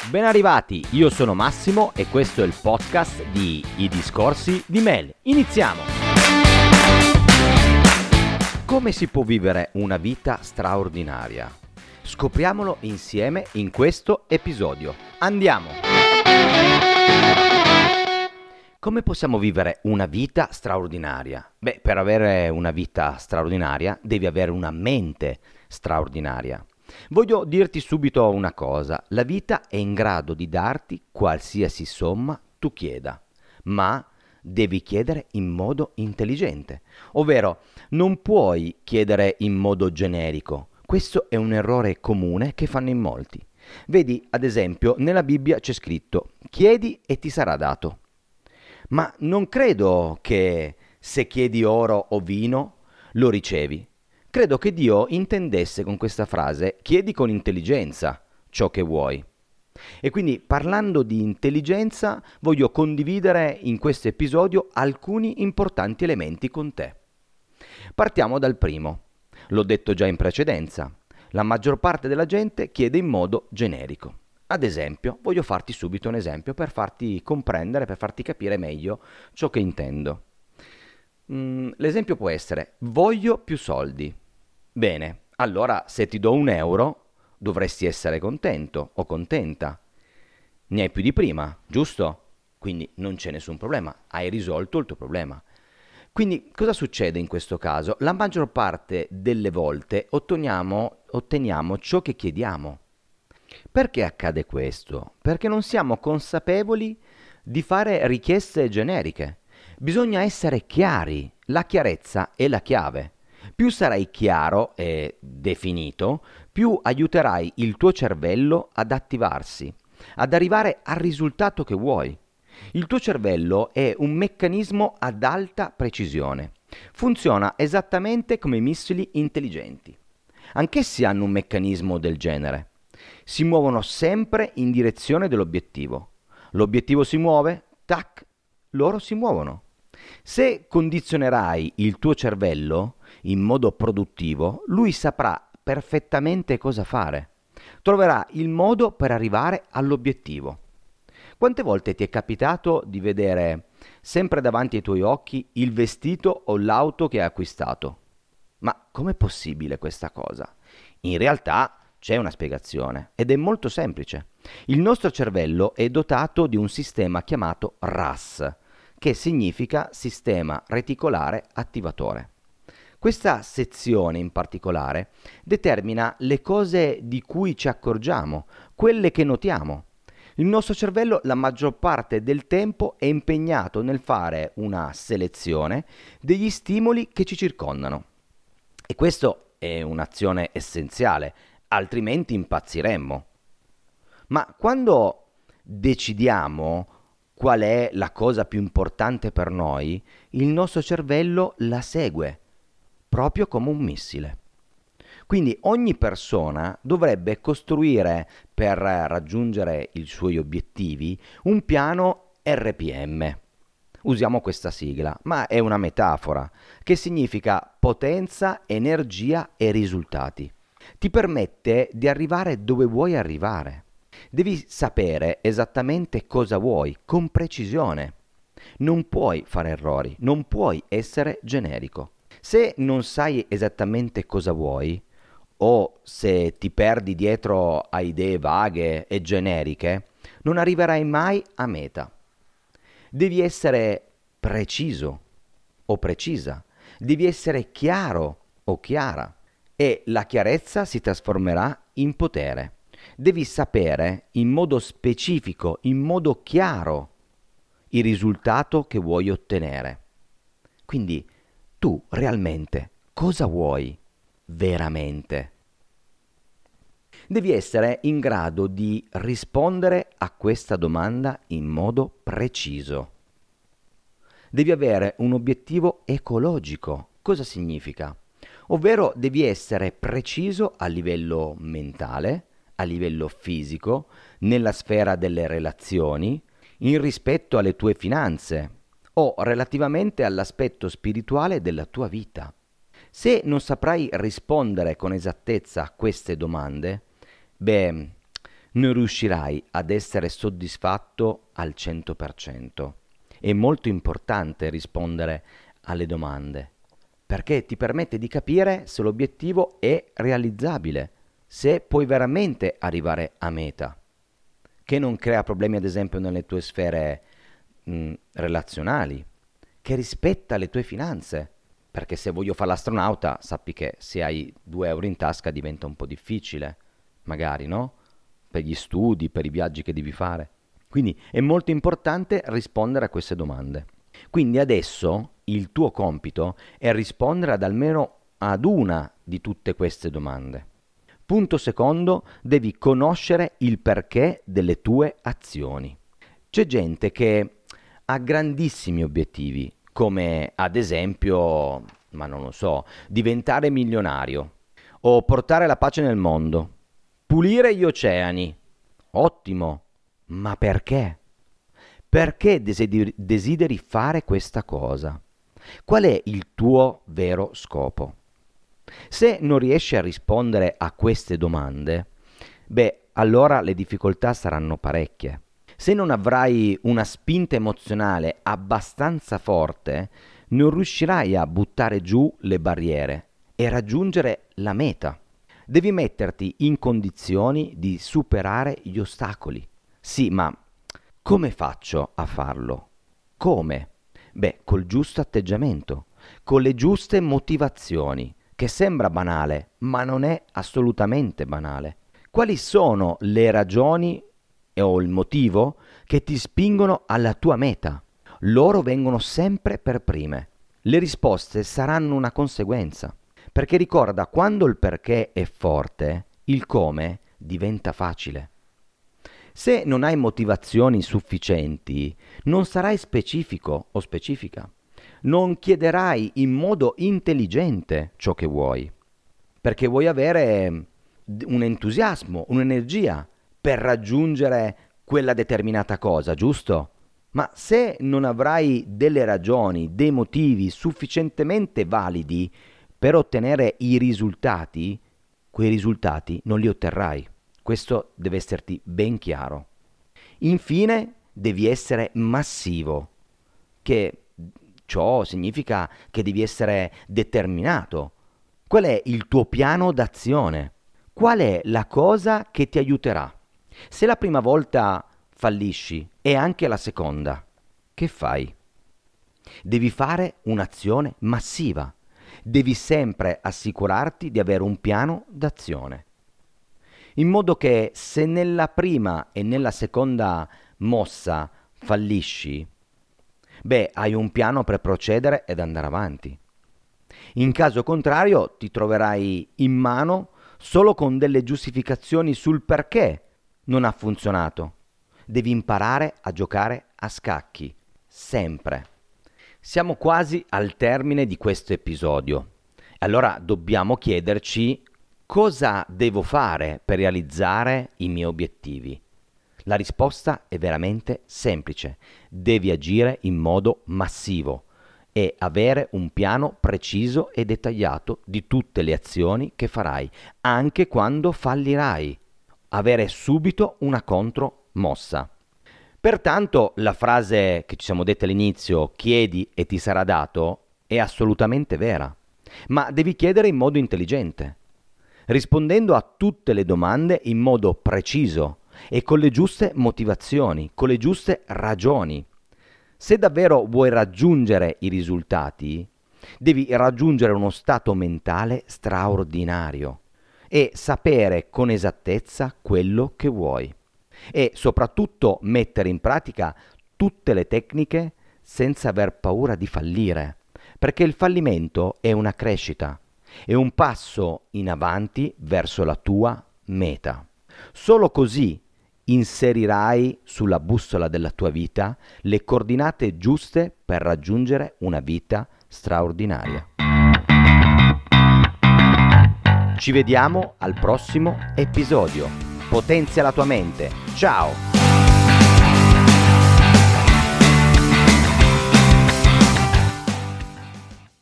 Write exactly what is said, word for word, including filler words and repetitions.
Ben arrivati, io sono Massimo e questo è il podcast di I Discorsi di Mel. Iniziamo! Come si può vivere una vita straordinaria? Scopriamolo insieme in questo episodio. Andiamo! Come possiamo vivere una vita straordinaria? Beh, per avere una vita straordinaria devi avere una mente straordinaria. Voglio dirti subito una cosa, la vita è in grado di darti qualsiasi somma tu chieda, ma devi chiedere in modo intelligente, ovvero non puoi chiedere in modo generico. Questo è un errore comune che fanno in molti. Vedi, ad esempio, nella Bibbia c'è scritto: chiedi e ti sarà dato. Ma non credo che se chiedi oro o vino lo ricevi. Credo che Dio intendesse con questa frase: chiedi con intelligenza ciò che vuoi. E quindi, parlando di intelligenza, voglio condividere in questo episodio alcuni importanti elementi con te. Partiamo dal primo. L'ho detto già in precedenza. La maggior parte della gente chiede in modo generico. Ad esempio, voglio farti subito un esempio per farti comprendere, per farti capire meglio ciò che intendo. Mm, l'esempio può essere: voglio più soldi. Bene, allora se ti do un euro dovresti essere contento o contenta. Ne hai più di prima, giusto? Quindi non c'è nessun problema, hai risolto il tuo problema. Quindi cosa succede in questo caso? La maggior parte delle volte otteniamo, otteniamo ciò che chiediamo. Perché accade questo? Perché non siamo consapevoli di fare richieste generiche. Bisogna essere chiari, la chiarezza è la chiave. Più sarai chiaro e definito, più aiuterai il tuo cervello ad attivarsi, ad arrivare al risultato che vuoi. Il tuo cervello è un meccanismo ad alta precisione. Funziona esattamente come i missili intelligenti. Anch'essi hanno un meccanismo del genere. Si muovono sempre in direzione dell'obiettivo. L'obiettivo si muove, tac, loro si muovono. Se condizionerai il tuo cervello in modo produttivo, lui saprà perfettamente cosa fare. Troverà il modo per arrivare all'obiettivo. Quante volte ti è capitato di vedere sempre davanti ai tuoi occhi il vestito o l'auto che hai acquistato? Ma com'è possibile questa cosa? In realtà c'è una spiegazione ed è molto semplice. Il nostro cervello è dotato di un sistema chiamato R A S, che significa sistema reticolare attivatore. Questa sezione in particolare determina le cose di cui ci accorgiamo, quelle che notiamo. Il nostro cervello la maggior parte del tempo è impegnato nel fare una selezione degli stimoli che ci circondano. E questo è un'azione essenziale, altrimenti impazziremmo. Ma quando decidiamo qual è la cosa più importante per noi, il nostro cervello la segue, proprio come un missile. Quindi ogni persona dovrebbe costruire, per raggiungere i suoi obiettivi, un piano R P M. Usiamo questa sigla, ma è una metafora, che significa potenza, energia e risultati. Ti permette di arrivare dove vuoi arrivare. Devi sapere esattamente cosa vuoi, con precisione. Non puoi fare errori, non puoi essere generico. Se non sai esattamente cosa vuoi, o se ti perdi dietro a idee vaghe e generiche, non arriverai mai a meta. Devi essere preciso o precisa, devi essere chiaro o chiara e la chiarezza si trasformerà in potere. Devi sapere in modo specifico, in modo chiaro, il risultato che vuoi ottenere. Quindi tu realmente cosa vuoi veramente? Devi essere in grado di rispondere a questa domanda in modo preciso. Devi avere un obiettivo ecologico. Cosa significa? Ovvero devi essere preciso a livello mentale, a livello fisico, nella sfera delle relazioni, in rispetto alle tue finanze o relativamente all'aspetto spirituale della tua vita. Se non saprai rispondere con esattezza a queste domande, beh, non riuscirai ad essere soddisfatto al cento per cento. È molto importante rispondere alle domande, perché ti permette di capire se l'obiettivo è realizzabile, se puoi veramente arrivare a meta, che non crea problemi ad esempio nelle tue sfere mh, relazionali, che rispetta le tue finanze, perché se voglio fare l'astronauta sappi che se hai due euro in tasca diventa un po' difficile, magari, no? Per gli studi, per i viaggi che devi fare. Quindi è molto importante rispondere a queste domande. Quindi adesso il tuo compito è rispondere ad almeno ad una di tutte queste domande. Punto secondo, devi conoscere il perché delle tue azioni. C'è gente che ha grandissimi obiettivi, come ad esempio, ma non lo so, diventare milionario o portare la pace nel mondo, pulire gli oceani. Ottimo, ma perché? Perché desideri, desideri fare questa cosa? Qual è il tuo vero scopo? Se non riesci a rispondere a queste domande, beh, allora le difficoltà saranno parecchie. Se non avrai una spinta emozionale abbastanza forte, non riuscirai a buttare giù le barriere e raggiungere la meta. Devi metterti in condizioni di superare gli ostacoli. Sì, ma come faccio a farlo? Come? Beh, col giusto atteggiamento, con le giuste motivazioni, che sembra banale, ma non è assolutamente banale. Quali sono le ragioni o il motivo che ti spingono alla tua meta? Loro vengono sempre per prime. Le risposte saranno una conseguenza. Perché ricorda, quando il perché è forte, il come diventa facile. Se non hai motivazioni sufficienti, non sarai specifico o specifica. Non chiederai in modo intelligente ciò che vuoi, perché vuoi avere un entusiasmo, un'energia per raggiungere quella determinata cosa, giusto? Ma se non avrai delle ragioni, dei motivi sufficientemente validi per ottenere i risultati, quei risultati non li otterrai. Questo deve esserti ben chiaro. Infine, devi essere massivo, che ciò significa che devi essere determinato. Qual è il tuo piano d'azione? Qual è la cosa che ti aiuterà? Se la prima volta fallisci e anche la seconda, che fai? Devi fare un'azione massiva. Devi sempre assicurarti di avere un piano d'azione, in modo che se nella prima e nella seconda mossa fallisci, beh, hai un piano per procedere ed andare avanti. In caso contrario, ti troverai in mano solo con delle giustificazioni sul perché non ha funzionato. Devi imparare a giocare a scacchi, sempre. Siamo quasi al termine di questo episodio. Allora dobbiamo chiederci cosa devo fare per realizzare i miei obiettivi. La risposta è veramente semplice. Devi agire in modo massivo e avere un piano preciso e dettagliato di tutte le azioni che farai, anche quando fallirai. Avere subito una contromossa. Pertanto la frase che ci siamo detti all'inizio, chiedi e ti sarà dato, è assolutamente vera, ma devi chiedere in modo intelligente, rispondendo a tutte le domande in modo preciso e con le giuste motivazioni, con le giuste ragioni. Se davvero vuoi raggiungere i risultati, devi raggiungere uno stato mentale straordinario e sapere con esattezza quello che vuoi. E soprattutto mettere in pratica tutte le tecniche senza aver paura di fallire, perché il fallimento è una crescita, è un passo in avanti verso la tua meta. Solo così inserirai sulla bussola della tua vita le coordinate giuste per raggiungere una vita straordinaria. Ci vediamo al prossimo episodio. Potenzia la tua mente. Ciao!